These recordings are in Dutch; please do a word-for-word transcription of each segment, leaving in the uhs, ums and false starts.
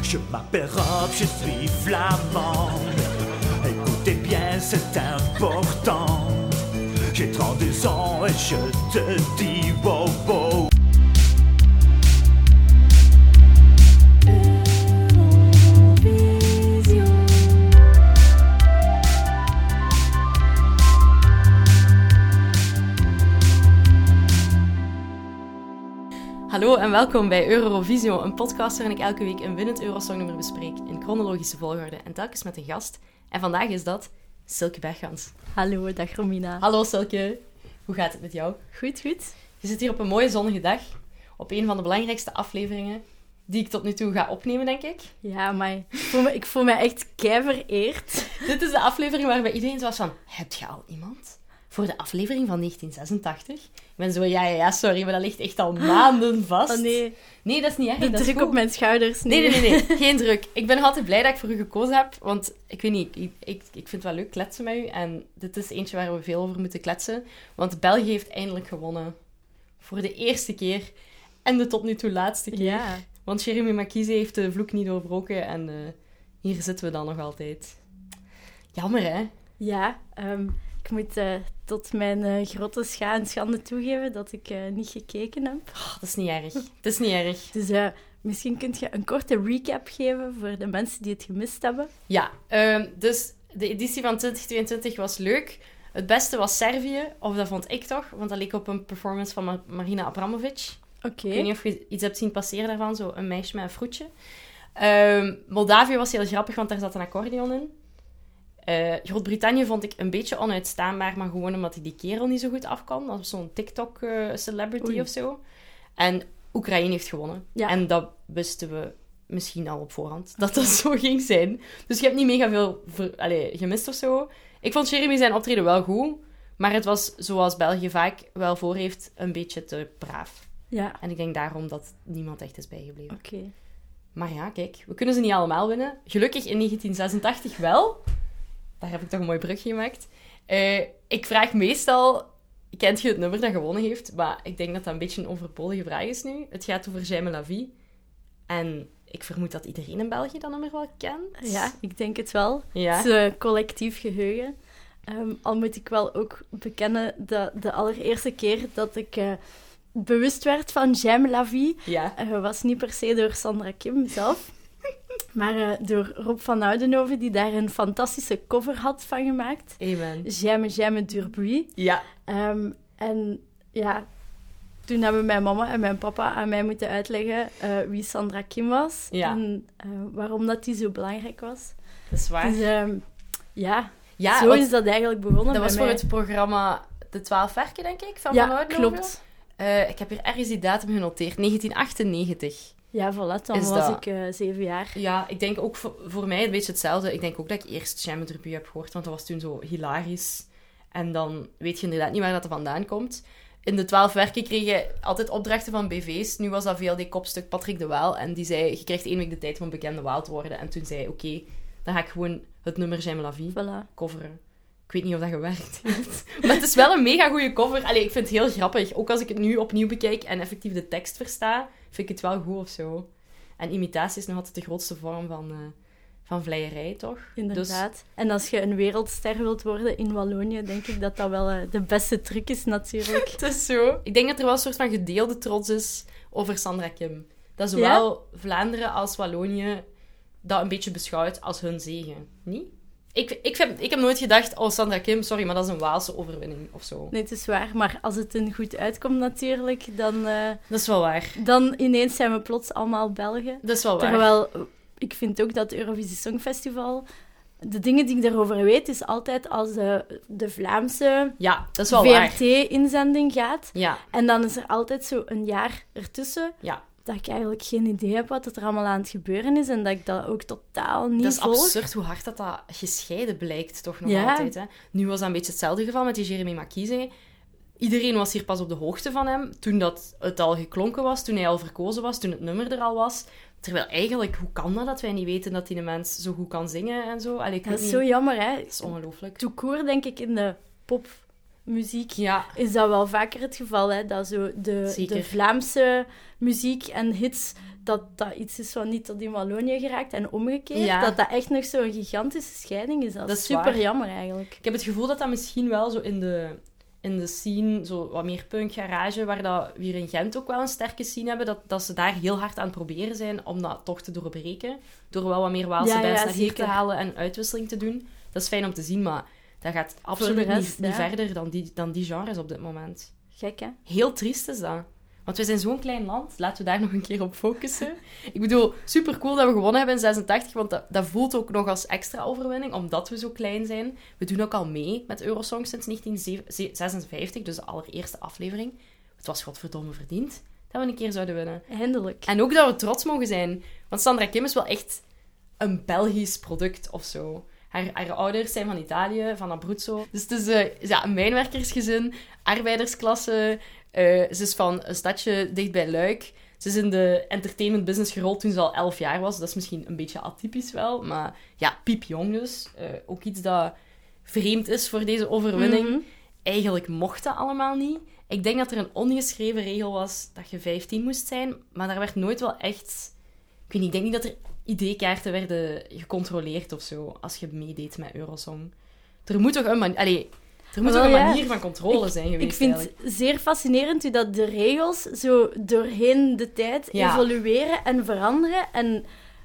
Je m'appelle Rob, je suis flamand. Écoutez bien, c'est important. J'ai trente-deux ans et je te dis wow wow. Hallo en welkom bij Eurovisio, een podcast waarin ik elke week een winnend Eurosongnummer bespreek in chronologische volgorde en telkens met een gast. En vandaag is dat Silke Bergans. Hallo, dag Romina. Hallo Silke, hoe gaat het met jou? Goed, goed. Je zit hier op een mooie zonnige dag, op een van de belangrijkste afleveringen die ik tot nu toe ga opnemen, denk ik. Ja, maar ik voel me, ik voel me echt kei vereerd. Dit is de aflevering waarbij iedereen zo was van, heb je al iemand voor de aflevering van negentien zesentachtig? Ik ben zo, ja, ja, ja, sorry, maar dat ligt echt al maanden vast. Oh nee. Nee, dat is niet erg. De dat is druk goed. op mijn schouders. Nee, nee, nee, nee. Geen druk. Ik ben nog altijd blij dat ik voor u gekozen heb, want ik weet niet, ik, ik, ik vind het wel leuk kletsen met u en dit is eentje waar we veel over moeten kletsen, want België heeft eindelijk gewonnen. Voor de eerste keer en de tot nu toe laatste keer. Ja. Want Jeremy Marquise heeft de vloek niet doorbroken en uh, hier zitten we dan nog altijd. Jammer, hè? Ja, um, ik moet uh, tot mijn uh, grote scha en schande toegeven dat ik uh, niet gekeken heb. Oh, dat is niet erg. Dat is niet erg. Dus uh, misschien kun je een korte recap geven voor de mensen die het gemist hebben. Ja, um, dus de editie van twintig tweeëntwintig was leuk. Het beste was Servië, of dat vond ik toch, want dat leek op een performance van Mar- Marina Abramovic. Oké. Okay. Ik weet niet of je iets hebt zien passeren daarvan, zo een meisje met een vroetje. Um, Moldavië was heel grappig, want daar zat een accordeon in. Uh, Groot-Brittannië vond ik een beetje onuitstaanbaar, maar gewoon omdat hij die kerel niet zo goed af kan. Dat was zo'n TikTok-celebrity uh, of zo. En Oekraïne heeft gewonnen. Ja. En dat wisten we misschien al op voorhand, dat dat zo ging zijn. Dus je hebt niet mega veel ver- Allee, gemist of zo. Ik vond Jeremy zijn optreden wel goed, maar het was, zoals België vaak wel voor heeft, een beetje te braaf. Ja. En ik denk daarom dat niemand echt is bijgebleven. Oké. Okay. Maar ja, kijk, we kunnen ze niet allemaal winnen. Gelukkig in negentien zesentachtig wel. Daar heb ik toch een mooi brugje gemaakt. Uh, ik vraag meestal, kent je het nummer dat gewonnen heeft? Maar ik denk dat dat een beetje een overbodige vraag is nu. Het gaat over J'aime la vie. En ik vermoed dat iedereen in België dat nummer wel kent. Ja, ik denk het wel. Ja. Het is een collectief geheugen. Um, al moet ik wel ook bekennen dat de allereerste keer dat ik uh, bewust werd van J'aime la vie, ja. uh, was niet per se door Sandra Kim zelf, maar uh, door Rob van Oudenhoven, die daar een fantastische cover had van gemaakt. Amen. J'aime, j'aime Durbuy. Ja. Um, en ja, toen hebben mijn mama en mijn papa aan mij moeten uitleggen uh, wie Sandra Kim was. Ja. En uh, waarom dat die zo belangrijk was. Dat is waar. Dus um, ja... Ja, zo is dat eigenlijk begonnen. Dat was bij voor mij. Het programma De Twaalf Werken, denk ik, van ja, Van Oudenhoven. Klopt. Uh, ik heb hier ergens die datum genoteerd. negentien achtennegentig. Ja, voilà, dan is was dat... ik uh, zeven jaar. Ja, ik denk ook voor, voor mij een beetje hetzelfde. Ik denk ook dat ik eerst J'aime Durbuy heb gehoord, want dat was toen zo hilarisch. En dan weet je inderdaad niet waar dat vandaan komt. In De Twaalf Werken kreeg je altijd opdrachten van B V's. Nu was dat V L D-kopstuk Patrick de Waal. En die zei, je krijgt één week de tijd om bekende Waal te worden. En toen zei hij, oké, okay, dan ga ik gewoon het nummer J'aime la vie voilà. coveren. Ik weet niet of dat gewerkt heeft. Maar het is wel een mega goede cover. Allee, ik vind het heel grappig. Ook als ik het nu opnieuw bekijk en effectief de tekst versta, vind ik het wel goed of zo. En imitatie is nog altijd de grootste vorm van, uh, van vleierij, toch? Inderdaad. Dus... En als je een wereldster wilt worden in Wallonië, denk ik dat dat wel uh, de beste truc is, natuurlijk. Het is zo. Ik denk dat er wel een soort van gedeelde trots is over Sandra Kim. Dat zowel ja? Vlaanderen als Wallonië dat een beetje beschouwt als hun zegen. Niet? Ik, ik, heb, ik heb nooit gedacht, oh Sandra Kim, sorry, maar dat is een Waalse overwinning of zo. Nee, het is waar. Maar als het een goed uitkomt natuurlijk, dan... Uh, dat is wel waar. Dan ineens zijn we plots allemaal Belgen. Dat is wel waar. Terwijl, ik vind ook dat het Eurovisie Songfestival... De dingen die ik daarover weet, is altijd als de, de Vlaamse ja, dat is wel V R T-inzending gaat. Ja. En dan is er altijd zo een jaar ertussen... Ja. Dat ik eigenlijk geen idee heb wat er allemaal aan het gebeuren is en dat ik dat ook totaal niet volg. Dat is volg. absurd hoe hard dat, dat gescheiden blijkt, toch nog ja. altijd. Hè? Nu was dat een beetje hetzelfde geval met die Jeremy Marquise. Iedereen was hier pas op de hoogte van hem toen dat het al geklonken was, toen hij al verkozen was, toen het nummer er al was. Terwijl eigenlijk, hoe kan dat dat wij niet weten dat die mens zo goed kan zingen en zo? Allee, ik dat is niet... zo jammer, hè? Dat is ongelooflijk. Tout court, denk ik, in de pop muziek, Ja. is dat wel vaker het geval. Hè? Dat zo de, Zeker. de Vlaamse muziek en hits, dat dat iets is wat niet tot in Wallonië geraakt en omgekeerd. Ja. Dat dat echt nog zo'n gigantische scheiding is. Dat, Dat is is super waar. jammer eigenlijk. Ik heb het gevoel dat dat misschien wel zo in de, in de scene, zo wat meer punk, garage, waar dat we hier in Gent ook wel een sterke scene hebben, dat, dat ze daar heel hard aan het proberen zijn om dat toch te doorbreken. Door wel wat meer Waalse Ja, ja, bands naar hier zeker. te halen en uitwisseling te doen. Dat is fijn om te zien, maar dat gaat de absoluut rest, niet, niet ja. verder dan die, dan die genres op dit moment. Gek, hè? Heel triest is dat. Want we zijn zo'n klein land. Laten we daar nog een keer op focussen. Ik bedoel, super cool dat we gewonnen hebben in zesentachtig, want dat, dat voelt ook nog als extra overwinning, omdat we zo klein zijn. We doen ook al mee met Eurosong sinds negentien zesenvijftig, dus de allereerste aflevering. Het was godverdomme verdiend dat we een keer zouden winnen. Eindelijk. En ook dat we trots mogen zijn. Want Sandra Kim is wel echt een Belgisch product of zo. Haar, haar ouders zijn van Italië, van Abruzzo. Dus het is uh, ja, een mijnwerkersgezin, arbeidersklasse. Uh, ze is van een stadje dicht bij Luik. Ze is in de entertainment business gerold toen ze al elf jaar was. Dat is misschien een beetje atypisch wel. Maar ja, piepjong dus. Uh, ook iets dat vreemd is voor deze overwinning. Mm-hmm. Eigenlijk mocht dat allemaal niet. Ik denk dat er een ongeschreven regel was dat je vijftien moest zijn. Maar daar werd nooit wel echt... Ik weet niet, ik denk niet dat er I D-kaarten werden gecontroleerd of zo, als je meedeed met Eurosong. Er moet toch een, man- Allee, er moet Wel, toch een ja. manier van controle Ik- zijn geweest, Ik vind eigenlijk. het zeer fascinerend hoe dat de regels zo doorheen de tijd Ja. evolueren en veranderen. En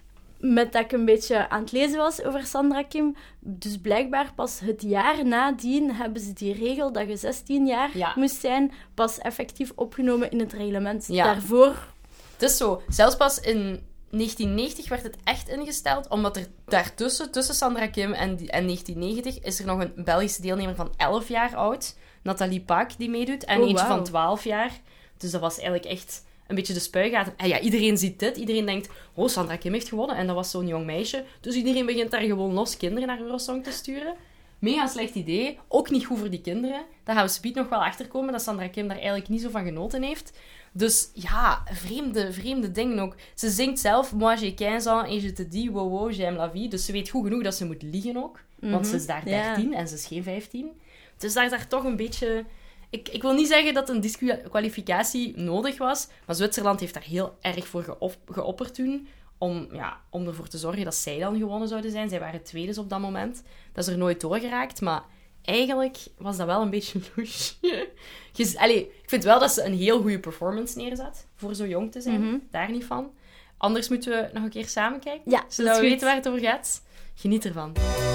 met dat ik een beetje aan het lezen was over Sandra Kim, dus blijkbaar pas het jaar nadien hebben ze die regel dat je zestien jaar Ja. moest zijn, pas effectief opgenomen in het reglement. Ja. Daarvoor... Het is zo. Zelfs pas in negentien negentig werd het echt ingesteld, omdat er daartussen, tussen Sandra Kim en, die- en negentien negentig, is er nog een Belgische deelnemer van elf jaar oud, Nathalie Paak, die meedoet, en Oh, eentje wauw. van twaalf jaar. Dus dat was eigenlijk echt een beetje de spuigaten. En ja, iedereen ziet dit. Iedereen denkt, oh, Sandra Kim heeft gewonnen. En dat was zo'n jong meisje. Dus iedereen begint daar gewoon los kinderen naar Eurosong te sturen. Mega slecht idee. Ook niet goed voor die kinderen. Daar gaan we speed nog wel achterkomen dat Sandra Kim daar eigenlijk niet zo van genoten heeft. Dus ja, vreemde, vreemde dingen ook. Ze zingt zelf, moi j'ai quinze ans et je te dis, wow, wow, j'aime la vie. Dus ze weet goed genoeg dat ze moet liegen ook. Want ze is daar Ja. dertien en ze is geen vijftien. Dus daar is daar toch een beetje... Ik, ik wil niet zeggen dat een disqualificatie nodig was, maar Zwitserland heeft daar heel erg voor geop, geopperd toen, om, ja, om ervoor te zorgen dat zij dan gewonnen zouden zijn. Zij waren tweede op dat moment. Dat is er nooit doorgeraakt, maar eigenlijk was dat wel een beetje louche. Dus, allee, ik vind wel dat ze een heel goede performance neerzet, voor zo jong te zijn. Mhm. Daar niet van. Anders moeten we nog een keer samen kijken, Ja, zodat dat we is weten goed. waar het over gaat. Geniet ervan.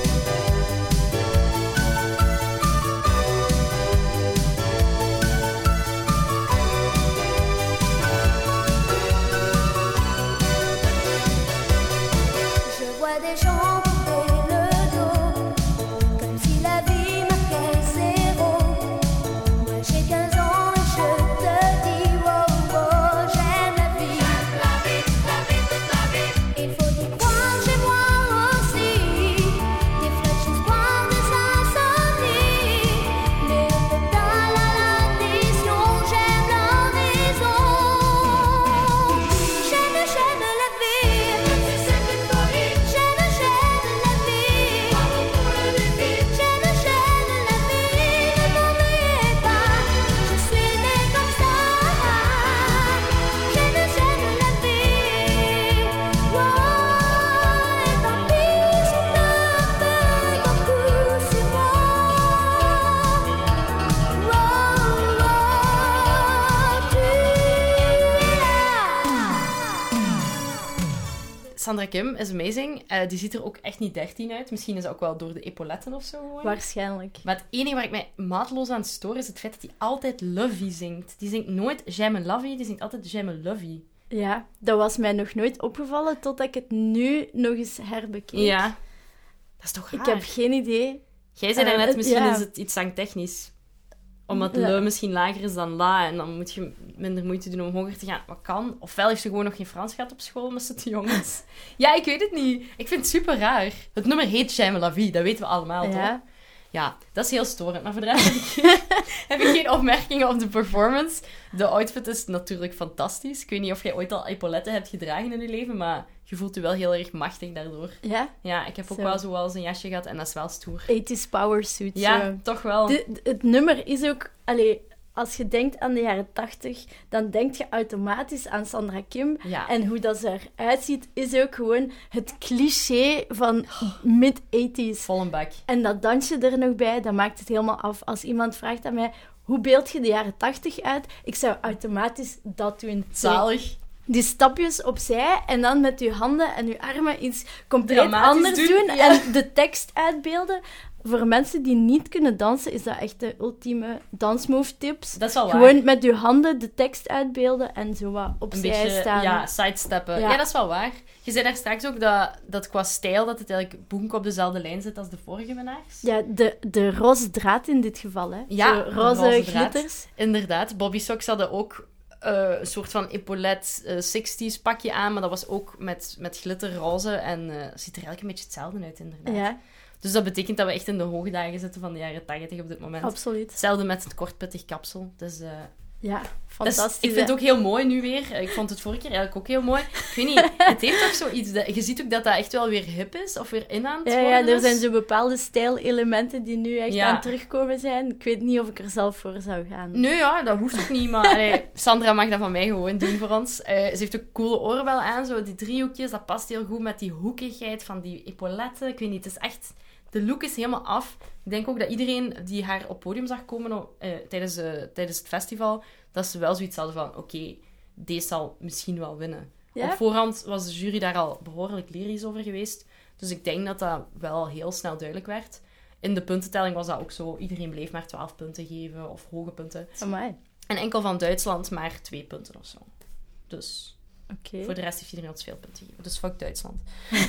Je vois des gens tourner le dos, comme si la vie marquait zéro. Moi j'ai quinze ans et je te dis, wow, wow, j'aime la vie. La vie, la vie, toute la vie. Il faut y croire chez moi aussi. Des flèches d'espoir, des insomnies. Mais au total, à l'addition, j'aime l'horizon. J'aime, j'aime la vie. J'aime, j'aime la vie. J'aime, j'aime la vie. Ne m'ennuyez pas, je suis née comme ça. J'aime, j'aime la vie. Wow, et tant pis si un peu beaucoup sur moi. Wow, wow, tu es là. Sandra Kim is amazing. Eh, die ziet er ook echt niet dertien uit. Misschien is dat ook wel door de epauletten of zo gewoon. Waarschijnlijk. Maar het enige waar ik mij maatloos aan stoor is het feit dat hij altijd Lovey zingt. Die zingt nooit J'aime Lovey, die zingt altijd J'aime Lovey. Ja, dat was mij nog nooit opgevallen totdat ik het nu nog eens herbekeek. Ja. Dat is toch raar? Ik heb geen idee. Jij zei daarnet, Eh, misschien ja. is het iets zangtechnisch. Omdat Ja. le misschien lager is dan la. En dan moet je minder moeite doen om hoger te gaan. Wat kan? Ofwel heeft ze gewoon nog geen Frans gehad op school, omdat ze te jong is. Ja, ik weet het niet. Ik vind het super raar. Het nummer heet J'aime la vie, dat weten we allemaal, toch? Ja. Ja, dat is heel storend. Maar voor de rest heb ik, heb ik geen opmerkingen op de performance. De outfit is natuurlijk fantastisch. Ik weet niet of jij ooit al epauletten hebt gedragen in je leven, maar je voelt je wel heel erg machtig daardoor. Ja? Ja, ik heb ook Zo. wel zo wel eens een jasje gehad en dat is wel stoer. eighties power suit. Ja, zo. toch wel. De, de- het nummer is ook... Allee, als je denkt aan de jaren tachtig, dan denk je automatisch aan Sandra Kim. Ja. En hoe dat ze eruit ziet, is ook gewoon het cliché van mid-eighties. Vol een bak. En dat dansje er nog bij, dat maakt het helemaal af. Als iemand vraagt aan mij, hoe beeld je de jaren tachtig uit? Ik zou automatisch dat doen. Zalig. Die stapjes opzij en dan met je handen en je armen iets compleet Dramatisch anders doen, doen. ja. En de tekst uitbeelden. Voor mensen die niet kunnen dansen, is dat echt de ultieme dansmove tips. Dat is wel waar. Gewoon met je handen de tekst uitbeelden en zo wat Een opzij beetje, staan. ja, sidesteppen. Ja. Ja. dat is wel waar. Je zei daar straks ook dat, dat qua stijl dat het eigenlijk boek op dezelfde lijn zit als de vorige winnaars. Ja, de, de roze draad in dit geval. Hè. Ja, Zo de roze, roze draad. glitters. Inderdaad. Bobby Socks hadden ook eh, een soort van epaulet eh, zestig's pakje aan, maar dat was ook met, met glitter roze en eh ziet er eigenlijk een beetje hetzelfde uit, inderdaad. Ja, Dus dat betekent dat we echt in de hoogdagen zitten van de jaren tachtig op dit moment. absoluut. Hetzelfde met het kortpittig kapsel. Dus, eh, Ja, dat fantastisch. is- ik vind het hè. ook heel mooi nu weer. Ik vond het vorige keer eigenlijk ook heel mooi. Ik weet niet, het heeft toch zoiets... Dat, je ziet ook dat dat echt wel weer hip is, of weer in aan het Ja, worden ja, er is. zijn zo bepaalde stijlelementen die nu echt Ja. aan het terugkomen zijn. Ik weet niet of ik er zelf voor zou gaan. Nee, ja, dat hoeft ook niet, maar allee, Sandra mag dat van mij gewoon doen voor ons. Eh, ze heeft ook coole oorbel aan, zo die driehoekjes, dat past heel goed met die hoekigheid van die epauletten. Ik weet niet, het is echt... De look is helemaal af. Ik denk ook dat iedereen die haar op podium zag komen oh, eh, tijdens, eh, tijdens het festival, dat ze wel zoiets hadden van, oké, deze zal misschien wel winnen. Ja? Op voorhand was de jury daar al behoorlijk lyrisch over geweest. Dus ik denk dat dat wel heel snel duidelijk werd. In de puntentelling was dat ook zo. Iedereen bleef maar twaalf punten geven, of hoge punten. Amai. En enkel van Duitsland maar twee punten of zo. Dus Oké. voor de rest heeft iedereen ons veel punten gegeven. Dus fuck Duitsland.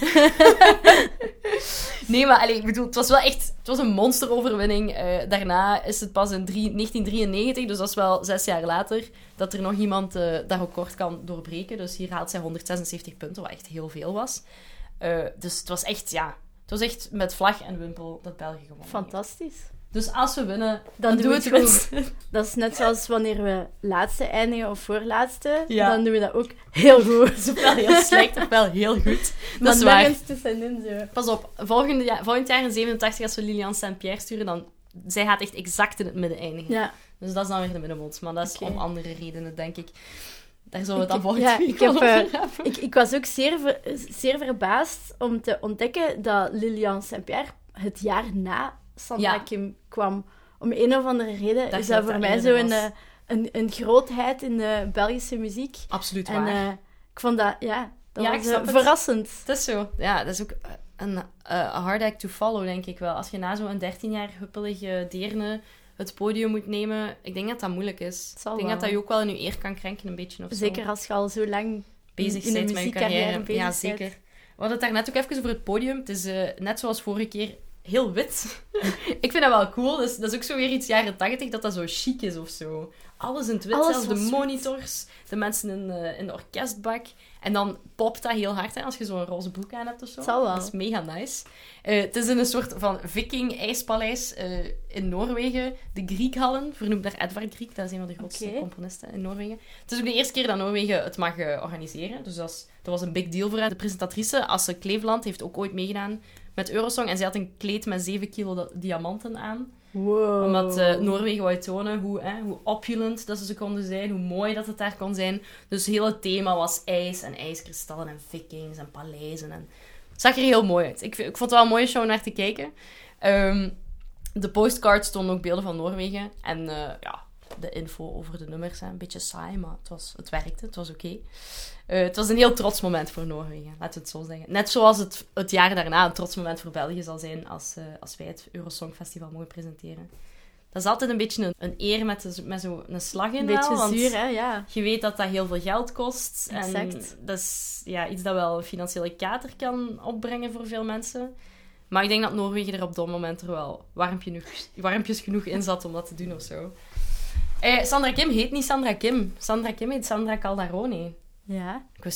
Nee, maar allee, ik bedoel, het was wel echt... Het was een monsteroverwinning. Eh, daarna is het pas in drie- negentien drieënnegentig, dus dat is wel zes jaar later, dat er nog iemand eh, dat record kan doorbreken. Dus hier haalt zij honderdzesenzeventig punten, wat echt heel veel was. Eh, dus het was echt, ja... Het was echt met vlag en wimpel dat België gewonnen heeft. Fantastisch. Dus als we winnen, Dan, dan, doen doen we we het het goed. goed. Dat is net zoals wanneer we laatste eindigen of voorlaatste. Ja. Dan doen we dat ook heel goed. Het is ofwel heel slecht, ofwel heel goed. Dat Maar is waar. nergens tussenin zo. Pas op, volgende jaar, volgend jaar in zevenentachtig, als we Lilian Saint-Pierre sturen, dan... Zij gaat echt exact in het midden eindigen. Ja. Dus dat is dan weer de middenmoot. Maar dat is Oké. om andere redenen, denk ik. Daar zullen we het Ik- dan volgende ja, week ik heb, wel eh, over hebben. Ik, ik was ook zeer, ver- zeer verbaasd om te ontdekken dat Lilian Saint-Pierre het jaar na Sandra Ja. Kim kwam. Om een of andere reden Dat is je dat dat voor mij eerder zo een, was. eh, een, een grootheid in de Belgische muziek. Absoluut En waar. eh, ik vond dat, ja, dat Ja, ik was eh, snap het. verrassend. Het is zo. Ja, dat is ook eh, een eh, hard act to follow, denk ik wel. Als je na zo'n dertien jaar huppelige deerne het podium moet nemen, ik denk dat dat moeilijk is. Het zal Ik denk wel. dat dat je ook wel in je eer kan krenken, een beetje of zo. Zeker als je al zo lang bezig in bent een met je muziekcarrière carrière. bezig Ja, bent. zeker. We hadden het daar net ook even over het podium. Het is eh, net zoals vorige keer heel wit. Ik vind dat wel cool. Dus, dat is ook zo weer iets jaren tachtig, dat dat zo chic is of zo. Alles in het wit, Alles zelfs de was wit. monitors, de mensen in, eh, in de orkestbak. En dan popt dat heel hard hè, als je zo'n roze broek aan hebt of zo. Het zal wel. Dat is mega nice. Eh, het is in een soort van viking-ijspaleis eh, in Noorwegen. De Griekhallen, vernoemd naar Edvard Grieg. Dat is een van de grootste Oké. componisten in Noorwegen. Het is ook de eerste keer dat Noorwegen het mag eh, organiseren. Dus dat, is, dat was een big deal voor haar. De presentatrice, Asse Kleveland, heeft ook ooit meegedaan met Eurosong. En zij had een kleed met zeven kilo da- diamanten aan. Wow. Omdat eh, Noorwegen wou tonen hoe, hè, hoe opulent dat ze konden zijn, hoe mooi dat het daar kon zijn. Dus het hele thema was ijs en ijskristallen en vikings en paleizen. En... Het zag er heel mooi uit. Ik, vind- ik vond het wel een mooie show naar te kijken. Ehm, de postcards stonden ook beelden van Noorwegen. En eh, ja, de info over de nummers, hè, een beetje saai, maar het, was, het werkte, het was oké. Eh, het was een heel trots moment voor Noorwegen, laten we het zo zeggen. Net zoals het, het jaar daarna een trots moment voor België zal zijn als, eh, als wij het Eurosong Festival mogen presenteren. Dat is altijd een beetje een, een eer met, de- met zo'n een slag in Een beetje wel, want zuur, hè? Ja. je weet dat dat heel veel geld kost. En Exact. dat is ja, iets dat wel een financiële kater kan opbrengen voor veel mensen. Maar ik denk dat Noorwegen er op dat moment er wel warmpje genoeg, warmpjes genoeg in zat om dat te doen of zo. Eh, Sandra Kim heet niet Sandra Kim. Sandra Kim heet Sandra Caldarone. Ja. Ik wist dat niet.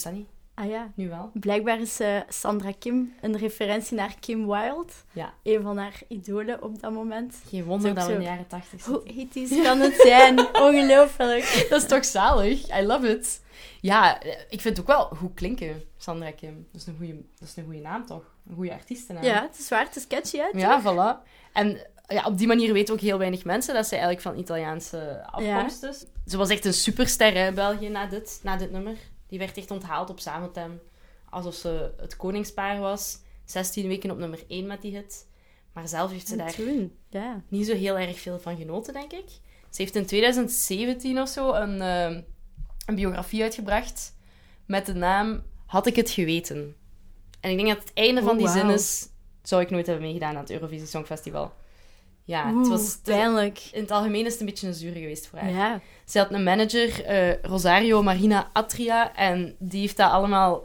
Ah ja. Nu wel. Blijkbaar is uh, Sandra Kim een referentie naar Kim Wilde. Ja. Een van haar idolen op dat moment. Geen wonder dat we zo... in de jaren tachtig Hoe zitten. ethisch kan het zijn? Ongelooflijk. Dat is toch zalig? I love it. Ja, ik vind het ook wel goed klinken, Sandra Kim. Dat is een goede, dat is een goede naam, toch? Een goede artiestennaam. Ja, het is waar. Het is catchy, hè? Ja, voilà. En ja, op die manier weten ook heel weinig mensen dat zij eigenlijk van Italiaanse afkomst is. Ze was echt een superster hè, in België na dit, na dit nummer. Die werd echt onthaald op Zaventem. Alsof ze het koningspaar was. zestien weken op nummer één met die hit. Maar zelf heeft ze daar Toen, ja. niet zo heel erg veel van genoten, denk ik. Ze heeft in twintig zeventien of zo een, uh, een biografie uitgebracht met de naam Had ik het geweten. En ik denk dat het einde van Oh, die wow. zin is... Zou ik nooit hebben meegedaan aan het Eurovisie Songfestival. Ja, Oeh, het was... Het, pijnlijk. in het algemeen is het een beetje een zure geweest voor haar. Ja. Ze had een manager, uh, Rosario Marina Atria, en die heeft dat allemaal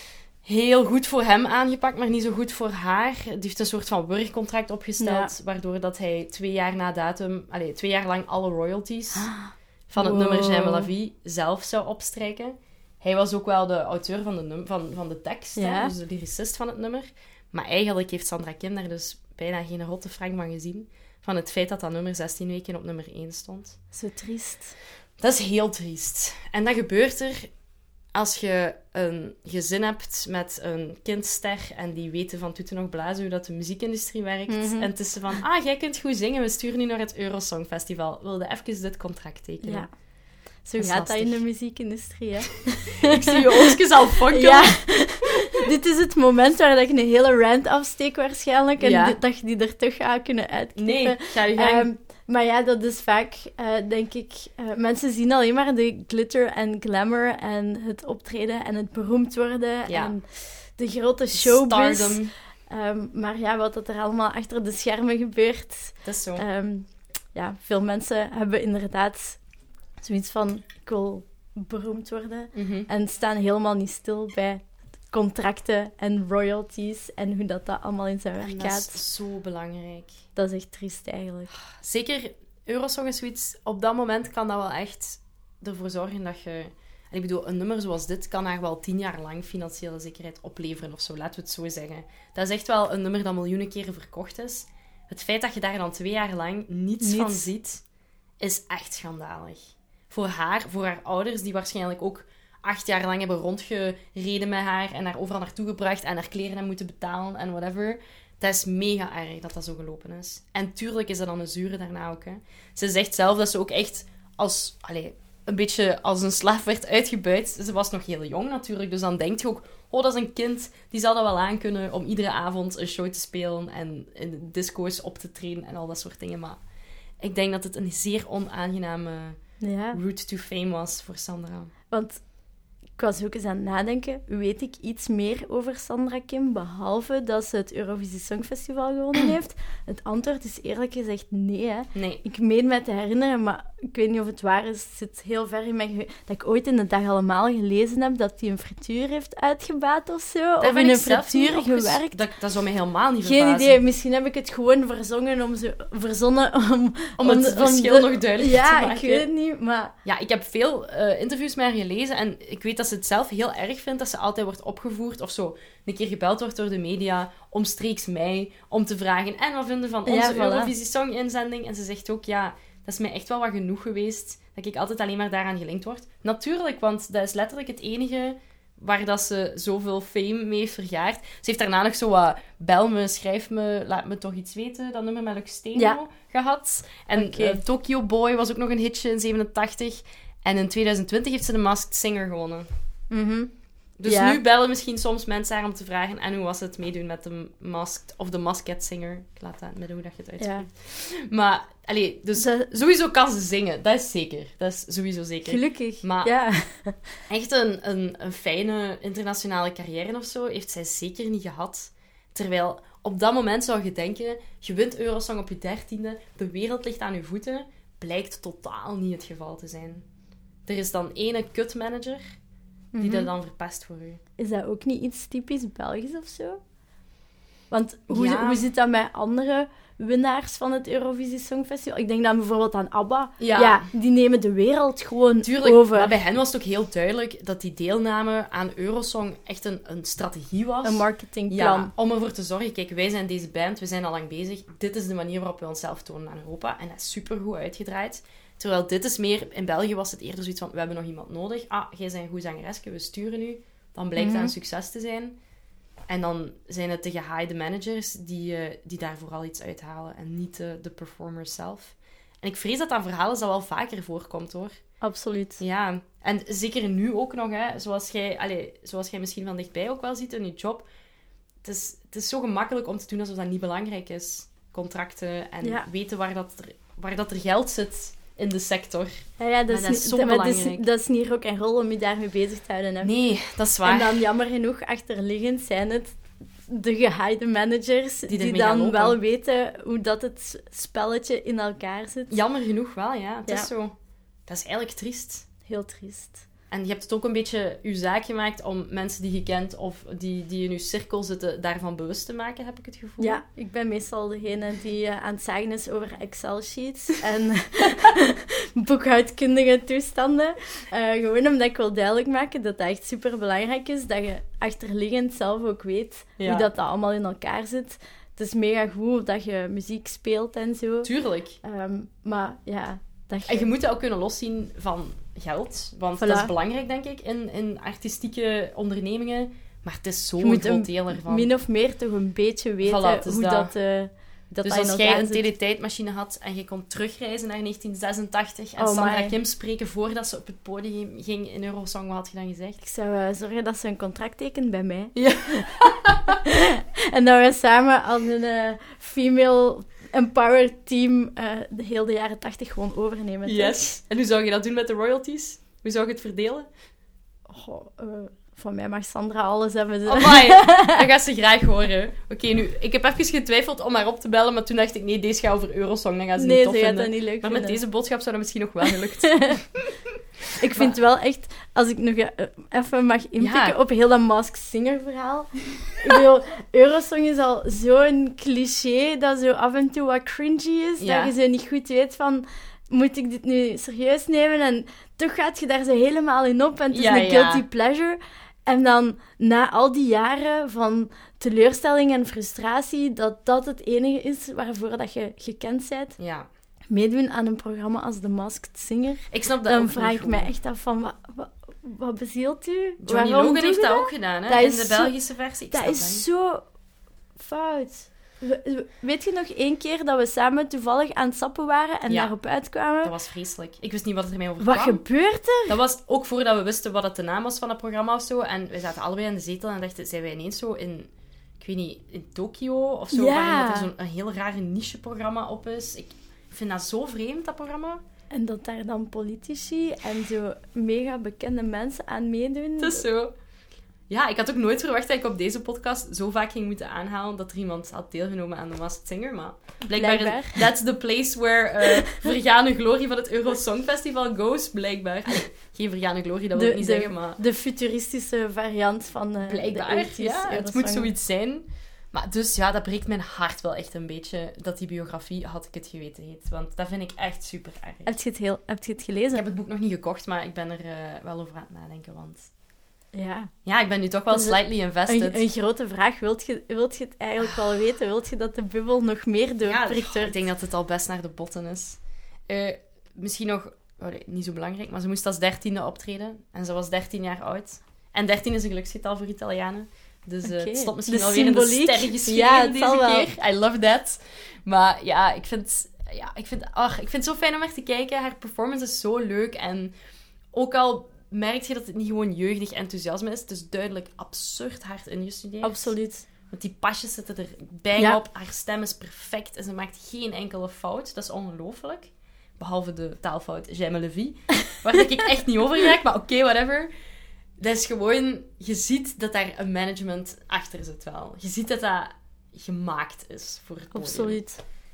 heel goed voor hem aangepakt, maar niet zo goed voor haar. Die heeft een soort van werkcontract opgesteld, Ja. waardoor dat hij twee jaar na datum, allez, twee jaar lang alle royalties van het Wow. nummer J'aime la vie zelf zou opstrijken. Hij was ook wel de auteur van de, num- van, van de tekst, Ja. hè, dus de lyricist van het nummer. Maar eigenlijk heeft Sandra Kim daar dus bijna geen rotte frank van gezien. Van het feit dat dat nummer zestien weken op nummer één stond. Zo triest. Dat is heel triest. En dat gebeurt er als je een gezin hebt met een kindster en die weten van toeten nog blazen hoe dat de muziekindustrie werkt. Mhm. En tussen van, ah, jij kunt goed zingen, we sturen nu naar het Eurosongfestival. Wilde even dit contract tekenen. Ja. Zo Dat is gaat dat in lastig. de muziekindustrie, hè. Ik zie je oogstjes al fokken. Ja. Dit is het moment waar dat ik een hele rant afsteek waarschijnlijk. En Ja. dit- dat je die er toch gaat kunnen uitknippen. Nee, ga je gang. Ehm, maar ja, dat is vaak, eh, denk ik... eh, mensen zien alleen maar de glitter en glamour en het optreden en het beroemd worden Ja. en de grote showbiz. Stardom. Ehm, maar ja, wat dat er allemaal achter de schermen gebeurt... Dat is zo. Ehm, ja, veel mensen hebben inderdaad zoiets van... Ik wil beroemd worden. Mhm. En staan helemaal niet stil bij contracten en royalties en hoe dat, dat allemaal in zijn En werk dat gaat. is zo belangrijk. Dat is echt triest eigenlijk. Zeker Eurosong is zoiets... Op dat moment kan dat wel echt ervoor zorgen dat je... En ik bedoel, een nummer zoals dit kan haar wel tien jaar lang financiële zekerheid opleveren of zo, laten we het zo zeggen. Dat is echt wel een nummer dat miljoenen keren verkocht is. Het feit dat je daar dan twee jaar lang niets, Niets. van ziet, is echt schandalig. Voor haar, voor haar ouders, die waarschijnlijk ook acht jaar lang hebben rondgereden met haar en haar overal naartoe gebracht en haar kleren hebben moeten betalen en whatever. Dat is mega erg dat dat zo gelopen is. En tuurlijk is dat dan een zure daarna ook. Hè. Ze zegt zelf dat ze ook echt als... Allez, een beetje als een slaaf werd uitgebuit. Ze was nog heel jong natuurlijk, dus dan denk je ook... Oh, dat is een kind, die zal dat wel aankunnen om iedere avond een show te spelen en in de disco's op te treden en al dat soort dingen. Maar ik denk dat het een zeer onaangename Ja, route to fame was voor Sandra. want ik was ook eens aan het nadenken. Weet ik iets meer over Sandra Kim, behalve dat ze het Eurovisie Songfestival gewonnen heeft? Het antwoord is eerlijk gezegd nee, hè. Nee. Ik meen me te herinneren, maar ik weet niet of het waar is. Het zit heel ver in mijn geheugen. Dat ik ooit in de dag allemaal gelezen heb dat hij een frituur heeft uitgebaat of zo. Daar of ben in ik een zelf niet frituur opges- gewerkt. Dat, dat zou mij helemaal niet Geen verbazen. idee. Misschien heb ik het gewoon verzongen om zo, verzonnen om... Om het de- verschil de- nog duidelijker ja, te maken. ik weet het niet, maar... Ja, ik heb veel eh, interviews met haar gelezen en ik weet dat ze het zelf heel erg vindt dat ze altijd wordt opgevoerd of zo een keer gebeld wordt door de media omstreeks mei om te vragen en wat vinden van Ja, onze voilà. Eurovisie Song-inzending. En ze zegt ook, ja, dat is mij echt wel wat genoeg geweest dat ik altijd alleen maar daaraan gelinkt word. Natuurlijk, want dat is letterlijk het enige waar dat ze zoveel fame mee heeft vergaard. Ze heeft daarna nog zo wat bel me, schrijf me, laat me toch iets weten, dat nummer met Lux Steno Ja. gehad. En Oké. eh, Tokyo Boy was ook nog een hitje in zevenentachtig. En in twintig twintig heeft ze de Masked Singer gewonnen. Mhm. Dus Ja. nu bellen misschien soms mensen haar om te vragen en hoe was het meedoen met de Masked of de Masked Singer. Ik laat dat in het midden hoe dat je het uitspreekt. Maar, allee, dus Ze- sowieso kan ze zingen. Dat is zeker. Dat is sowieso zeker. Gelukkig. Maar- Ja. Echt een, een, een fijne internationale carrière of zo heeft zij zeker niet gehad. Terwijl op dat moment zou je denken, je wint Eurosong op je dertiende, de wereld ligt aan je voeten. Blijkt totaal niet het geval te zijn. Er is dan ene kutmanager die Mhm. dat dan verpest voor u. Is dat ook niet iets typisch Belgisch of zo? Want hoe, Ja. hoe zit dat met andere winnaars van het Eurovisie Songfestival? Ik denk dan bijvoorbeeld aan ABBA. Ja. die nemen de wereld gewoon Tuurlijk, over. maar bij hen was het ook heel duidelijk dat die deelname aan Eurosong echt een, een strategie was. Een marketingplan. Ja, om ervoor te zorgen, kijk, wij zijn deze band, we zijn al lang bezig. Dit is de manier waarop we onszelf tonen aan Europa. En dat is supergoed uitgedraaid. Terwijl dit is meer, in België was het eerder zoiets van, we hebben nog iemand nodig. Ah, jij bent een goed zangereske, we sturen u. Dan blijkt Mhm. dat een succes te zijn. En dan zijn het de gehaaide managers die, eh, die daar vooral iets uithalen. En niet de, de performers zelf. En ik vrees dat dat verhaal is dat wel vaker voorkomt, hoor. Absoluut. Ja, en zeker nu ook nog, hè, zoals jij, allez, zoals jij misschien van dichtbij ook wel ziet in je job. Het is, het is zo gemakkelijk om te doen alsof dat niet belangrijk is. Contracten en Ja. weten waar dat, er, waar dat er geld zit in de sector. Ja, ja, dat, Maar is, dat is niet- zo dat- maar dat is, belangrijk. dat is niet rock en roll om je daarmee bezig te houden. Hè. Nee, dat is En waar. dan jammer genoeg, achterliggend zijn het de gehaaide managers die, ermee gaan dan lopen. wel weten hoe dat het spelletje in elkaar zit. Jammer genoeg wel, ja. Het Ja. is zo. Dat is eigenlijk triest. Heel triest. En je hebt het ook een beetje je zaak gemaakt om mensen die je kent of die, die in je cirkel zitten, daarvan bewust te maken, heb ik het gevoel. Ja, ik ben meestal degene die eh, aan het zagen is over Excel-sheets en boekhoudkundige toestanden. Eh, gewoon omdat ik wil duidelijk maken dat dat echt super belangrijk is, dat je achterliggend zelf ook weet Ja. hoe dat, dat allemaal in elkaar zit. Het is mega goed dat je muziek speelt en zo. Tuurlijk. Ehm, maar ja, dat je... En je moet dat ook kunnen loszien van geld. Want Voilà. dat is belangrijk, denk ik, in, in artistieke ondernemingen. Maar het is je zo'n moet groot een deel ervan. min of meer toch een beetje weten Voilà, het is hoe dat. dat, eh, dat, Dus dat in als elkaar jij een zit. teletijdmachine had en je kon terugreizen naar negentien zesentachtig en Oh, Sandra my. Kim spreken voordat ze op het podium ging in Eurosong, wat had je dan gezegd? Ik zou eh, zorgen dat ze een contract tekent bij mij. Ja. En dat we samen als een eh, female empowered team eh, de hele jaren tachtig gewoon overnemen. toch? Yes. En hoe zou je dat doen met de royalties? Hoe zou je het verdelen? Goh, eh, van mij mag Sandra alles hebben. Ze. Amai, dat gaat ze graag horen. Oké, nu, ik heb even getwijfeld om haar op te bellen, maar toen dacht ik, nee, deze gaat over Eurosong, dan gaan ze Nee, niet ze tof gaat vinden. dat niet leuk Maar met vinden. deze boodschap zou dat misschien nog wel gelukt. Ik vind wel echt, als ik nog eh, even mag inpikken Ja. op heel dat Masked Singer verhaal. Ik bedoel, Eurosong is al zo'n cliché dat zo af en toe wat cringy is. Ja. Dat je zo niet goed weet van, moet ik dit nu serieus nemen? En toch gaat je daar zo helemaal in op en het is Ja, een ja. guilty pleasure. En dan, na al die jaren van teleurstelling en frustratie, dat dat het enige is waarvoor dat je gekend bent, Ja, meedoen aan een programma als The Masked Singer, ik snap dat dan ook vraag niet ik mij goed. echt af van, wat, wat, wat bezielt u? Johnny Waarom Logan doe heeft je dat ook gedaan, hè? Dat in is de zo- Belgische versie. Ik Dat snap is niet. zo fout. We- we- Weet je nog één keer dat we samen toevallig aan het sappen waren en Ja. daarop uitkwamen? Dat was vreselijk. Ik wist niet wat er mij over Wat kwam. gebeurt er? Dat was ook voordat we wisten wat het de naam was van het programma of zo. En we zaten allebei in de zetel en dachten, zijn wij ineens zo in, ik weet niet, in Tokio of zo, Ja. waarin dat er zo'n een heel rare niche-programma op is. Ik vind dat zo vreemd, dat programma. En dat daar dan politici en zo mega bekende mensen aan meedoen. Het is zo. Ja, ik had ook nooit verwacht dat ik op deze podcast zo vaak ging moeten aanhalen dat er iemand had deelgenomen aan de Masked Singer, maar blijkbaar, Blijkbaar. is that's the place where uh, vergane glorie van het Eurosong Festival goes, blijkbaar. Allee, geen vergane glorie, dat wil ik niet zeggen, maar de futuristische variant van eh, de blijkbaar. eighties Ja, het Eurosong. moet zoiets zijn. Maar dus ja, dat breekt mijn hart wel echt een beetje, dat die biografie Had ik het geweten heet. Want dat vind ik echt super erg. Heb je het, heel, heb je het Ik gelezen? heb het boek nog niet gekocht, maar ik ben er uh, wel over aan het nadenken, want Ja. ja, ik ben nu toch wel Dat is slightly invested. Een, een grote vraag. Wilt je, wilt je het eigenlijk wel weten? Wilt je dat de bubbel nog meer Ja, doorprikt ik wordt? denk dat het al best naar de botten is. Eh, misschien nog, oh nee, niet zo belangrijk, maar ze moest als dertiende optreden. En ze was dertien jaar oud. En dertien is een geluksgetal voor Italianen. Dus eh, Oké. het stond misschien De alweer in de symboliek. sterren geschreven Ja, het deze zal wel. keer. I love that. Maar ja, ik vind, ja, ik vind, ach, ik vind het zo fijn om haar te kijken. Haar performance is zo leuk. En ook al merk je dat het niet gewoon jeugdig enthousiasme is, het is duidelijk absurd hard ingestudeerd. Absoluut. Want die pasjes zitten er bijna Ja. op. Haar stem is perfect en ze maakt geen enkele fout. Dat is ongelooflijk. Behalve de taalfout J'aime la vie. Waar ik echt niet over raak, maar oké, whatever. Dat is gewoon... Je ziet dat daar een management achter zit wel. Je ziet dat dat gemaakt is voor het podium. Absoluut.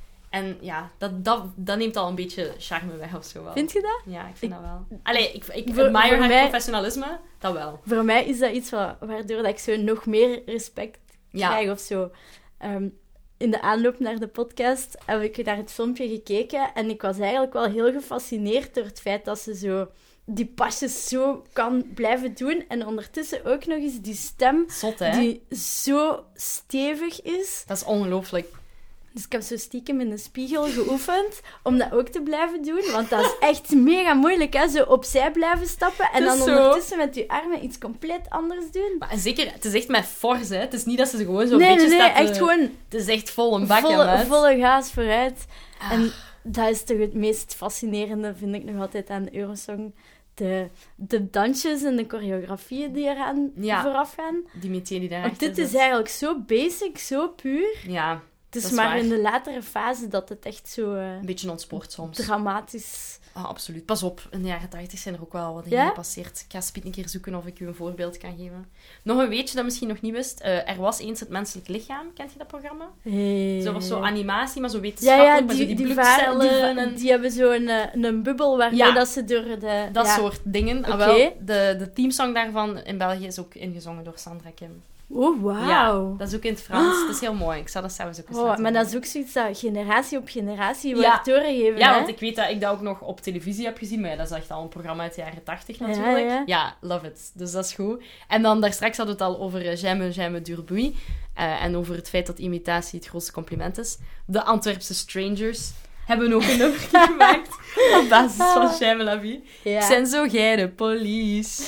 En ja, dat, dat, dat neemt al een beetje charme weg of zo wel. Vind je dat? Ja, ik vind Ik- dat wel. Allee, ik, ik Voor- admire voor haar mij- professionalisme. Dat wel. Voor mij is dat iets wa- waardoor dat ik zo nog meer respect Ja. krijg of zo. um, in de aanloop naar de podcast heb ik naar het filmpje gekeken en ik was eigenlijk wel heel gefascineerd door het feit dat ze zo die pasjes zo kan blijven doen en ondertussen ook nog eens die stem Zot, hè? die zo stevig is. Dat is ongelooflijk. Dus ik heb zo stiekem in de spiegel geoefend om dat ook te blijven doen. Want dat is echt mega moeilijk, hè. Zo opzij blijven stappen en dan Het is zo. ondertussen met je armen iets compleet anders doen. Maar zeker, het is echt met force, hè. Het is niet dat ze gewoon zo'n Nee, nee, beetje nee, staat te- echt gewoon Het is echt vol een bak, hè, volle, maat. volle gaas vooruit. Ah. En dat is toch het meest fascinerende, vind ik nog altijd aan Eurosong. De, de dansjes en de choreografieën die eraan Ja. vooraf gaan. Die métier die Want daarachter dit is zit. eigenlijk zo basic, zo puur. Ja, Het is Dat is maar waar. in de latere fase dat het echt zo eh, een beetje ontspoort soms. dramatisch... Ah, absoluut. Pas op, in de jaren tachtig zijn er ook wel wat Ja? dingen gepasseerd. Ik ga Spiet een keer zoeken of ik u een voorbeeld kan geven. Nog een weetje dat misschien nog niet wist. Eh, er was eens het menselijk lichaam. Kent je dat programma? Hey. Zo was zo animatie, maar zo Ja, wetenschappelijk, ja, met die, zo die, die, va- bloedcellen die, va- en die hebben zo een, eh, een bubbel waarmee Ja. dat ze door de... dat ja. soort dingen. Ah, Oké. wel, de, de teamsong daarvan in België is ook ingezongen door Sandra Kim. Oh, wauw. Ja, dat is ook in het Frans. Het is heel mooi. Ik zal dat zelfs ook eens Oh, laten maar dat horen. is ook zoiets dat generatie op generatie Ja. wordt doorgegeven. Ja, hè? want ik weet dat ik dat ook nog op televisie heb gezien. Maar ja, dat is echt al een programma uit de jaren tachtig Ja, natuurlijk. ja. love it. Dus dat is goed. En dan daar straks hadden we het al over uh, J'aime, j'aime Durbuy. Uh, en over het feit dat imitatie het grootste compliment is. De Antwerpse Strangers hebben ook een nummer gemaakt op basis van J'aime la vie. Ja. Ik zijn zo gij de police.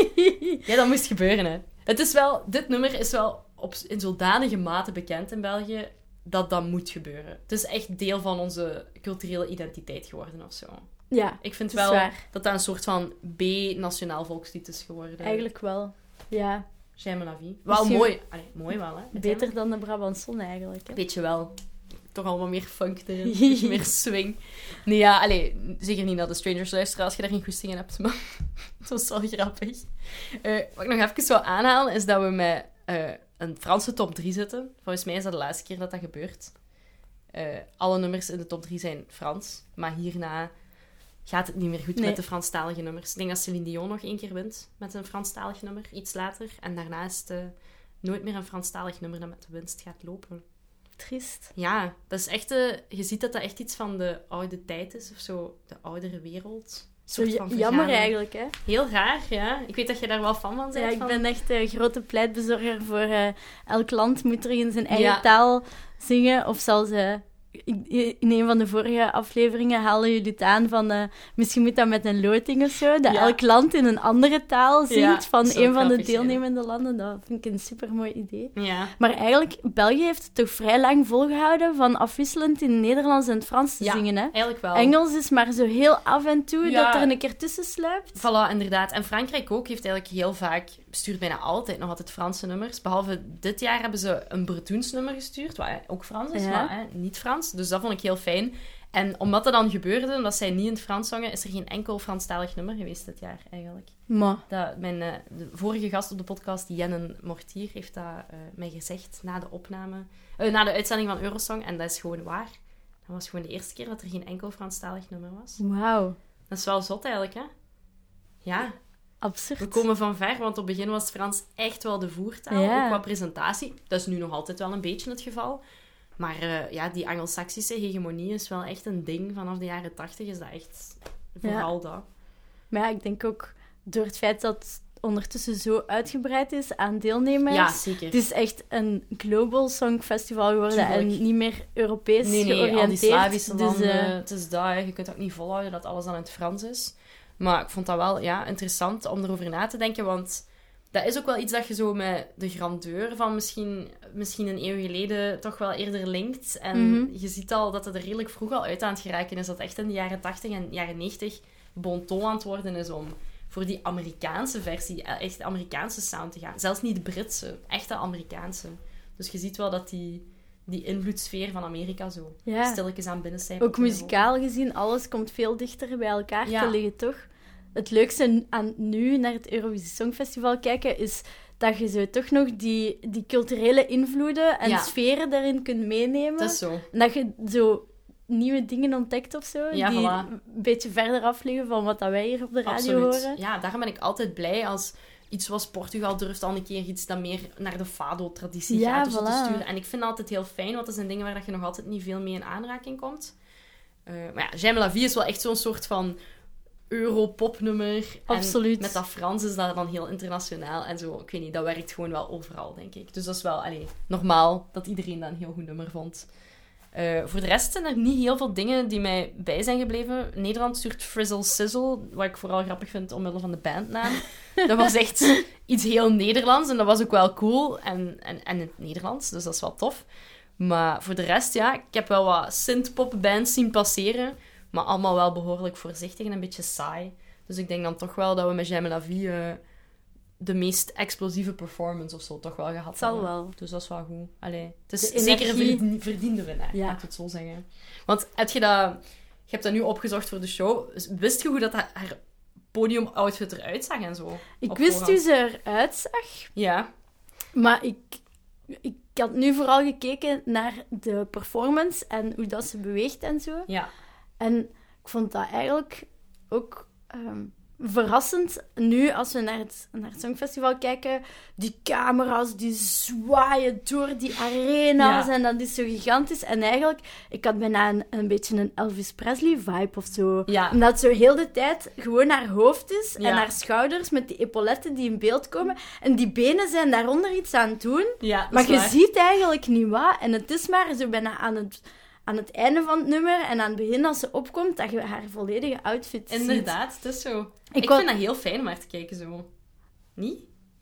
Ja, dat moest gebeuren, hè. Het is wel... Dit nummer is wel op, in zodanige mate bekend in België dat dat moet gebeuren. Het is echt deel van onze culturele identiteit geworden of zo. Ja, Ik vind dat is wel waar. dat dat een soort van B-nationaal volkslied is geworden. Eigenlijk wel. Ja, J'aime la vie. Wel Misschien- mooi. Allee, mooi wel, hè. beter dan de Brabançon eigenlijk. Hè? Weet je wel. Toch allemaal meer funk erin. Een beetje meer swing. Nee, ja, allee, zeker niet naar de Strangers luisteren als je daar geen goesting in hebt. Maar dat is wel grappig. Eh, wat ik nog even wil aanhalen, is dat we met eh, een Franse top drie zitten. Volgens mij is dat de laatste keer dat dat gebeurt. Eh, alle nummers in de top drie zijn Frans. Maar hierna gaat het niet meer goed Nee. met de Franstalige nummers. Ik denk dat Céline Dion nog één keer wint met een Franstalig nummer. Iets later. En daarna is het eh, nooit meer een Franstalig nummer dat met de winst gaat lopen. Triest. Ja, dat is echt... eh, je ziet dat dat echt iets van de oude tijd is. Of zo, de oudere wereld. Een Zo soort j- van jammer vergane- eigenlijk, hè? Heel raar, ja. Ik weet dat je daar wel fan van bent. Ja, ik van... ben echt een grote pleitbezorger voor eh, elk land moet terug in zijn eigen Ja. taal zingen. Of zelfs eh, in in een van de vorige afleveringen halen jullie het aan van eh, misschien moet dat met een loting of zo. Dat Ja. elk land in een andere taal zingt Ja, van zou een van de grappig zijn. deelnemende landen. Dat vind ik een supermooi idee. Ja. Maar eigenlijk, België heeft het toch vrij lang volgehouden van afwisselend in het Nederlands en het Frans te Ja, zingen, hè? eigenlijk wel. Engels is maar zo heel af en toe Ja. dat er een keer tussen sluipt. Voilà, inderdaad. En Frankrijk ook heeft eigenlijk heel vaak... Stuurt bijna altijd nog altijd Franse nummers. Behalve dit jaar hebben ze een Bretoons nummer gestuurd. Wat ook Frans is, Ja. maar hè, niet Frans. Dus dat vond ik heel fijn. En omdat dat dan gebeurde, omdat zij niet in het Frans zongen, is er geen enkel Franstalig nummer geweest dit jaar, eigenlijk. Maar Dat, mijn eh, de vorige gast op de podcast, Jennen Mortier, heeft dat eh, mij gezegd na de opname... eh, na de uitzending van Eurosong. En dat is gewoon waar. Dat was gewoon de eerste keer dat er geen enkel Franstalig nummer was. wauw, Dat is wel zot, eigenlijk, hè? Ja. absurd. We komen van ver, want op het begin was Frans echt wel de voertaal. Ja. Ook qua presentatie. Dat is nu nog altijd wel een beetje het geval. Maar eh, ja, die Anglo-Saxische hegemonie is wel echt een ding. Vanaf de jaren tachtig is dat echt vooral dat. Maar ja, ik denk ook door het feit dat het ondertussen zo uitgebreid is aan deelnemers. Ja, zeker. Het is echt een global songfestival geworden Tuurlijk. en niet meer Europees Nee, nee, georiënteerd. al die Slavische dus, landen. eh, Het is dat, hè. Je kunt ook niet volhouden dat alles dan in het Frans is. Maar ik vond dat wel ja, interessant om erover na te denken, want dat is ook wel iets dat je zo met de grandeur van misschien, misschien een eeuw geleden toch wel eerder linkt. En Mhm. je ziet al dat het er redelijk vroeg al uit aan het geraken is. Dat echt in de jaren tachtig en jaren negentig bon ton aan het worden is om voor die Amerikaanse versie, echt de Amerikaanse sound te gaan. Zelfs niet de Britse, echt de Amerikaanse. Dus je ziet wel dat die, die invloedssfeer van Amerika zo ja. stilletjes aan binnen zijn. Ook muzikaal gezien, alles komt veel dichter bij elkaar Ja. te liggen, toch? Het leukste aan nu naar het Eurovisie Songfestival kijken is dat je zo toch nog die, die culturele invloeden en Ja. sferen daarin kunt meenemen. Dat is zo. En dat je zo nieuwe dingen ontdekt of zo, Ja, die voilà. een beetje verder af liggen van wat dat wij hier op de radio Absoluut. horen. Ja, daarom ben ik altijd blij als iets was Portugal durft al een keer iets dat meer naar de fado-traditie Ja, gaat. Dus voilà. te sturen. En ik vind dat altijd heel fijn, want dat zijn dingen waar dat je nog altijd niet veel mee in aanraking komt. Uh, maar ja, J'aime la vie is wel echt zo'n soort van Europopnummer. Absoluut. En met dat Frans is dat dan heel internationaal. En zo, ik weet niet, dat werkt gewoon wel overal, denk ik. Dus dat is wel allee, normaal dat iedereen dat een heel goed nummer vond. Uh, voor de rest zijn er niet heel veel dingen die mij bij zijn gebleven. Nederland stuurt Frizzle Sizzle, wat ik vooral grappig vind omwille van de bandnaam. Dat was echt iets heel Nederlands en dat was ook wel cool. En, en, en in het Nederlands, dus dat is wel tof. Maar voor de rest, ja, ik heb wel wat synthpop-bands zien passeren. Maar allemaal wel behoorlijk voorzichtig en een beetje saai. Dus ik denk dan toch wel dat we met J'aime la vie uh, de meest explosieve performance of zo toch wel gehad Zal hebben. wel. Dus dat is wel goed. Allee, het is De zeker een energie. verdien- verdiende winnaar, Ja. laat ik het zo zeggen. Want heb je dat... Je hebt dat nu opgezocht voor de show. Wist je hoe dat haar haar podiumoutfit eruit zag en zo? Ik Op wist hoe voorhand? ze eruit zag, Ja. maar ik, ik had nu vooral gekeken naar de performance en hoe dat ze beweegt en zo. Ja. En ik vond dat eigenlijk ook ehm, verrassend. Nu, als we naar het, naar het Songfestival kijken, die camera's die zwaaien door die arena's Ja. en dat is zo gigantisch. En eigenlijk, ik had bijna een, een beetje een Elvis Presley-vibe of zo. Ja. Omdat het zo heel de tijd gewoon haar hoofd is Ja. en haar schouders met die epauletten die in beeld komen. En die benen zijn daaronder iets aan het doen. Ja, dat Maar is je waar. ziet eigenlijk niet wat. En het is maar zo bijna aan het, aan het einde van het nummer en aan het begin als ze opkomt, dat je haar volledige outfit ziet. Inderdaad, het is zo. Ik, Ik wou- vind dat heel fijn om naar te kijken, zo. Niet?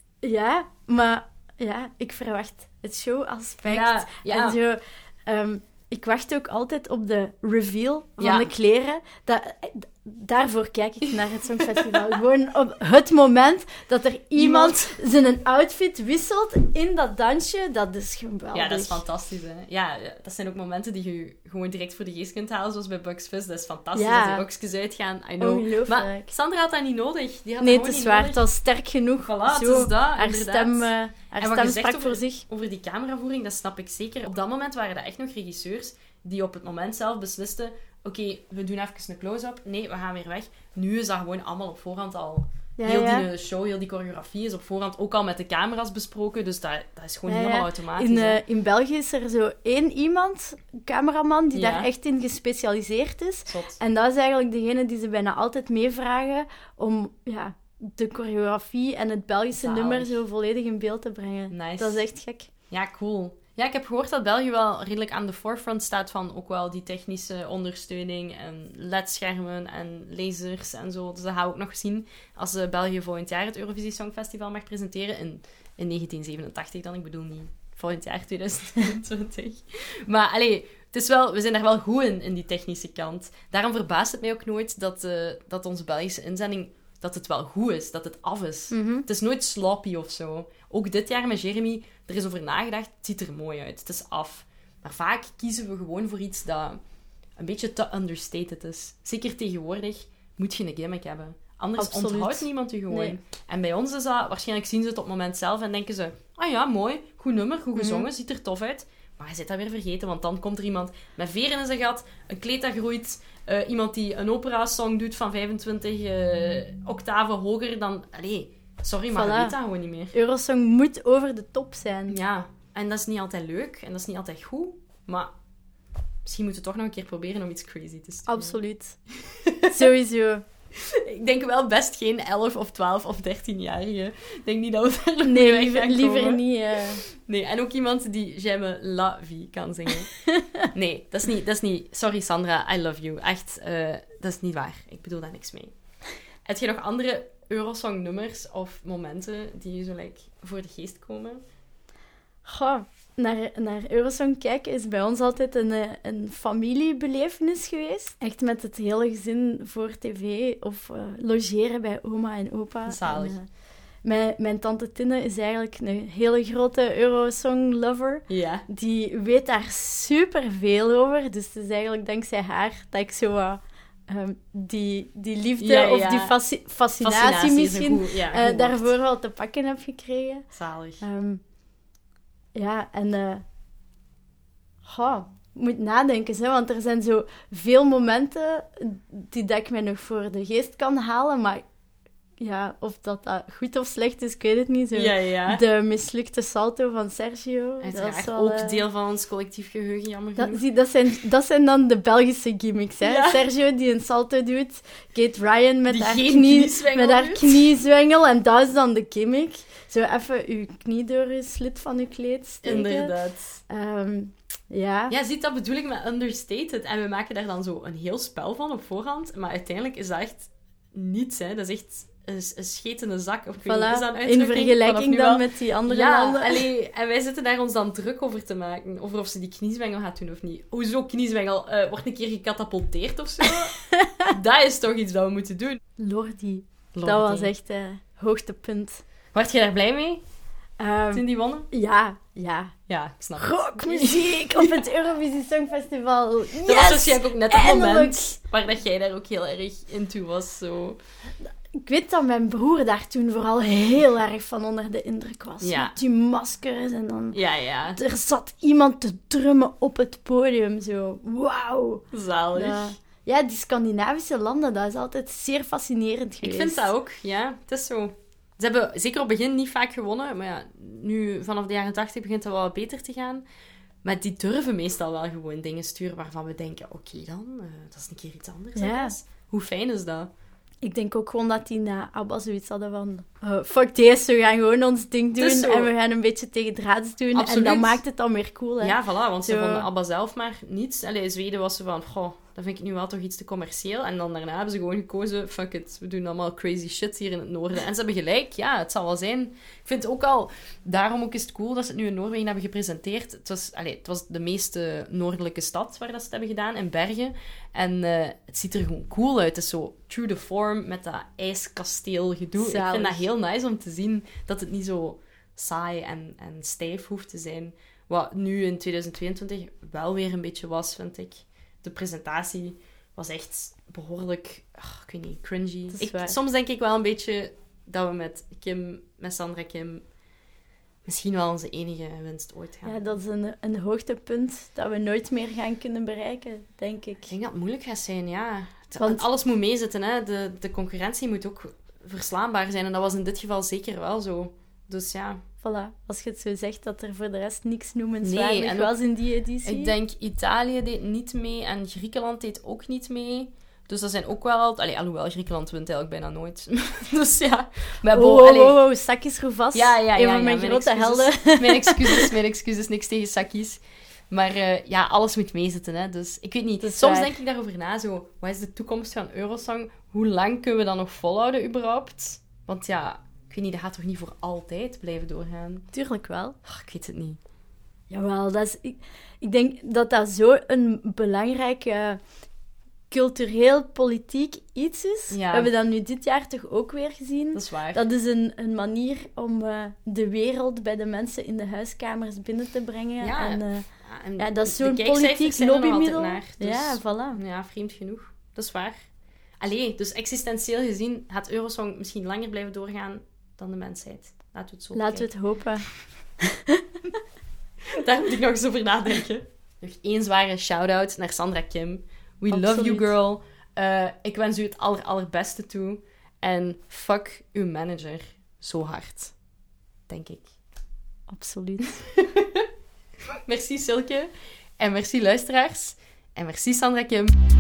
Ja, maar ja, ik verwacht het showaspect. Ja, ja. En zo, ehm, ik wacht ook altijd op de reveal van Ja. de kleren. Dat, daarvoor kijk ik naar het Songfestival. Gewoon op het moment dat er iemand, zijn outfit wisselt in dat dansje, dat is geweldig. Ja, dat is fantastisch, hè. Ja, dat zijn ook momenten die je gewoon direct voor de geest kunt halen, zoals bij Bugs Fizz. Dat is fantastisch Ja. als die rokjes uitgaan. I know. Ongelooflijk. Maar Sandra had dat niet nodig. Die had Nee, dat het is gewoon niet waar. Het nodig. was sterk genoeg. Voilà, het Zo, is dat, haar inderdaad. stem, eh, haar En wat stem je zegt sprak over, voor zich. over die cameravoering, dat snap ik zeker. Op dat moment waren dat echt nog regisseurs die op het moment zelf beslisten: oké, we doen even een close-up. Nee, we gaan weer weg. Nu is dat gewoon allemaal op voorhand al... Ja, heel ja. die show, heel die choreografie is op voorhand ook al met de camera's besproken. Dus dat, dat is gewoon Ja, ja. helemaal automatisch. In, hè. eh, in België is er zo één iemand, een cameraman, die Ja. daar echt in gespecialiseerd is. Zot. En dat is eigenlijk degene die ze bijna altijd meevragen om ja, de choreografie en het Belgische Zalig. nummer zo volledig in beeld te brengen. Nice. Dat is echt gek. Ja, cool. Ja, ik heb gehoord dat België wel redelijk aan de forefront staat van ook wel die technische ondersteuning en L E D-schermen en lasers en zo. Dus dat gaan we ook nog zien als uh, België volgend jaar het Eurovisie Songfestival mag presenteren. In, in negentien zevenentachtig dan, ik bedoel niet volgend jaar twintig twintig. Maar allee, het is wel, we zijn daar wel goed in, in die technische kant. Daarom verbaast het mij ook nooit dat, uh, dat onze Belgische inzending, dat het wel goed is, dat het af is. Mhm. Het is nooit sloppy of zo. Ook dit jaar met Jeremy, er is over nagedacht, het ziet er mooi uit, het is af. Maar vaak kiezen we gewoon voor iets dat een beetje te understated is. Zeker tegenwoordig moet je een gimmick hebben. Anders Absoluut. onthoudt niemand je gewoon. Nee. En bij ons is dat, waarschijnlijk zien ze het op het moment zelf en denken ze, ah ja, mooi, goed nummer, goed gezongen, Mhm. ziet er tof uit. Maar je zit dat weer vergeten, want dan komt er iemand met veren in zijn gat, een kleed dat groeit, uh, iemand die een opera-song doet van vijfentwintig uh, octaven hoger dan... Allee, sorry, maar Voilà. je weet dat gewoon niet meer. Eurosong moet over de top zijn. Ja, en dat is niet altijd leuk en dat is niet altijd goed, maar misschien moeten we toch nog een keer proberen om iets crazy te sturen. Absoluut. Sowieso. Ik denk wel best geen elf of twaalf of dertien-jarige. Ik denk niet dat we daar nog Nee, mee weg liever, gaan liever komen. niet. eh. Nee, en ook iemand die J'aime la vie kan zingen. Nee, dat is niet... Dat is niet sorry Sandra, I love you. Echt, uh, dat is niet waar. Ik bedoel daar niks mee. Heb je nog andere Eurosong-nummers of momenten die je zo like, voor de geest komen? Goh, naar, naar Eurosong kijken is bij ons altijd een, eh, een familiebelevenis geweest. Echt met het hele gezin voor tv of uh, logeren bij oma en opa. Zalig. En, uh, mijn, mijn tante Tinne is eigenlijk een hele grote Eurosong-lover. Ja. Die weet daar superveel over. Dus het is eigenlijk dankzij haar dat ik zo uh, um, die, die liefde Ja, ja. of die fasci- fascinatie, Fascinatie is een misschien goed, ja, uh, goed woord. daarvoor wel te pakken heb gekregen. Zalig. Um, ja, en... Uh, goh, ik moet nadenken, hè, want er zijn zo veel momenten die dat ik mij nog voor de geest kan halen, maar Ja, of dat, dat goed of slecht is, ik weet het niet. Zo. Ja, ja. De mislukte salto van Sergio. Dat Uiteraard is wel, ook eh, deel van ons collectief geheugen, jammer Dat, genoeg. zie, dat, zijn, dat zijn dan de Belgische gimmicks, hè. Ja. Sergio die een salto doet. Kate Ryan met Die haar, geen knie, kniezwengel met haar doet. kniezwengel. En dat is dan de gimmick. Zo even uw knie door je slit van je kleed steken. Inderdaad. Ehm, ja. Ja, ziet, dat bedoel ik met understated. En we maken daar dan zo een heel spel van op voorhand. Maar uiteindelijk is dat echt niets, hè. Dat is echt een, een schetende zak. Of ik weet niet, is dat een Voilà. In uitdrukking? Vanaf vergelijking nu dan wel. met die andere Ja, landen. allee, en wij zitten daar ons dan druk over te maken. Over of ze die kniezwengel gaat doen of niet. Hoezo kniezwengel? Uh, wordt een keer gecatapulteerd of zo? Dat is toch iets dat we moeten doen. Lordi. Dat Lordi. was echt het hoogtepunt. Word je daar blij mee, Ehm, toen die wonnen? ja, ja. Ja, ik snap het. Rockmuziek op het Eurovisie Songfestival. Yes! Dat was waarschijnlijk ook net het Eindelijk! moment waar dat jij daar ook heel erg into was. Zo. Ik weet dat mijn broer daar toen vooral heel erg van onder de indruk was. Ja. Met die maskers en dan... Ja, ja. Er zat iemand te drummen op het podium, zo. Wauw. Zalig. Ja. ja, die Scandinavische landen, dat is altijd zeer fascinerend Ik geweest. vind dat ook, ja. Het is zo. Ze hebben zeker op het begin niet vaak gewonnen, maar ja, nu vanaf de jaren tachtig begint het wel wat beter te gaan. Maar die durven meestal wel gewoon dingen sturen waarvan we denken, oké dan, uh, dat is een keer iets anders. Ja. Ja. Hoe fijn is dat? Ik denk ook gewoon dat die na ABBA zoiets hadden van... Uh, fuck deze, we gaan gewoon ons ding Het is doen zo. en we gaan een beetje tegen draads doen. Absoluut. En dat maakt het dan weer cool, hè. Ja, voilà, want ze Zo. vonden ABBA zelf maar niets. Allee, in Zweden was ze van, goh, dat vind ik nu wel toch iets te commercieel. En dan daarna hebben ze gewoon gekozen, fuck it, we doen allemaal crazy shit hier in het noorden. En ze hebben gelijk, ja, het zal wel zijn. Ik vind ook al, daarom ook is het cool dat ze het nu in Noorwegen hebben gepresenteerd. Het was, allee, het was de meeste noordelijke stad waar dat ze het hebben gedaan, in Bergen. En eh, het ziet er gewoon cool uit. Het is zo true to form, met dat ijskasteel gedoe. Ik Zalig. vind dat heel nice om te zien dat het niet zo saai en, en stijf hoeft te zijn. Wat nu in tweeduizend tweeëntwintig wel weer een beetje was, vind ik. De presentatie was echt behoorlijk, ach, ik weet niet, cringy. Dat is Ik, waar. soms denk ik wel een beetje dat we met Kim, met Sandra Kim, misschien wel onze enige winst ooit gaan. Ja, dat is een, een hoogtepunt dat we nooit meer gaan kunnen bereiken, denk ik. Ik denk dat het moeilijk gaat zijn, ja. Het- Want- Alles moet meezitten, hè. De, de concurrentie moet ook verslaanbaar zijn. En dat was in dit geval zeker wel zo. Dus ja, Voilà, als je het zo zegt dat er voor de rest niks noemenswaardig Nee, en ook- was in die editie. ik denk Italië deed niet mee en Griekenland deed ook niet mee. Dus dat zijn ook wel altijd... Allee, alhoewel, Griekenland wint eigenlijk bijna nooit. Dus ja. Maar Oh, bo, oh, allee. oh, oh, Sakis Rouvas. Ja, ja, Een ja. van ja, mijn grote excuses. helden. Mijn excuses, mijn excuses. Niks tegen Sakis. Maar eh, ja, alles moet meezitten, hè. Dus ik weet niet. Dat is Soms waar. denk ik daarover na, zo... Wat is de toekomst van Eurosong? Hoe lang kunnen we dat nog volhouden, überhaupt? Want ja, ik weet niet, dat gaat toch niet voor altijd blijven doorgaan? Tuurlijk wel. Ach, ik weet het niet. Jawel, dat is, ik, ik denk dat dat zo een belangrijk eh, cultureel-politiek iets is. Ja. We hebben dat nu dit jaar toch ook weer gezien. Dat is waar. Dat is een, een manier om eh, de wereld bij de mensen in de huiskamers binnen te brengen. Ja, En, eh, Ja, en ja, dat is de zo'n kijkcijfers politiek zijn er nog altijd lobbymiddel. naar, dus- Ja, voilà. Ja, vreemd genoeg. Dat is waar. Allee, dus existentieel gezien gaat Eurosong misschien langer blijven doorgaan dan de mensheid. Laten we het zo Laten we het hopen. bekijken. Daar moet ik nog eens over nadenken. Nog één zware shout-out naar Sandra Kim. We love Absoluut. you, girl. Eh, ik wens u het aller, allerbeste toe. En fuck uw manager zo hard. Denk ik. Absoluut. Merci Silke. En merci luisteraars. En merci Sandra Kim.